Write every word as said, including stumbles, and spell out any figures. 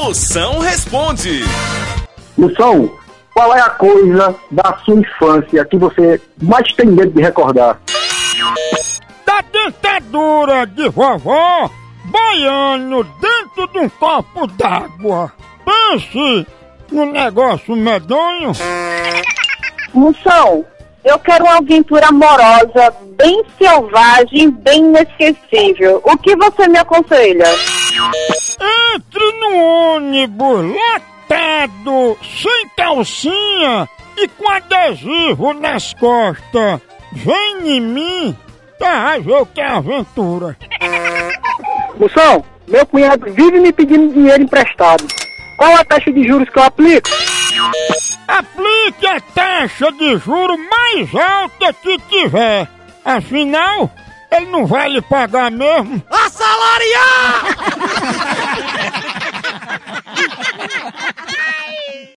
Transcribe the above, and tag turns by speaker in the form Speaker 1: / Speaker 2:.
Speaker 1: Moção responde.
Speaker 2: Moção, qual é a coisa da sua infância que você mais tem medo de recordar?
Speaker 3: Da dentadura de vovó boiando dentro de um copo d'água. Pense no negócio medonho.
Speaker 4: Moção, eu quero uma aventura amorosa, bem selvagem, bem inesquecível. O que você me aconselha?
Speaker 3: Entre no ônibus lotado, sem calcinha e com adesivo nas costas. Vem em mim, tá, ver o que é aventura.
Speaker 2: Moção, meu cunhado vive me pedindo dinheiro emprestado. Qual a taxa de juros que eu aplico?
Speaker 3: Aplique a taxa de juro mais alta que tiver. Afinal, ele não vai lhe pagar mesmo.
Speaker 1: Assalariar!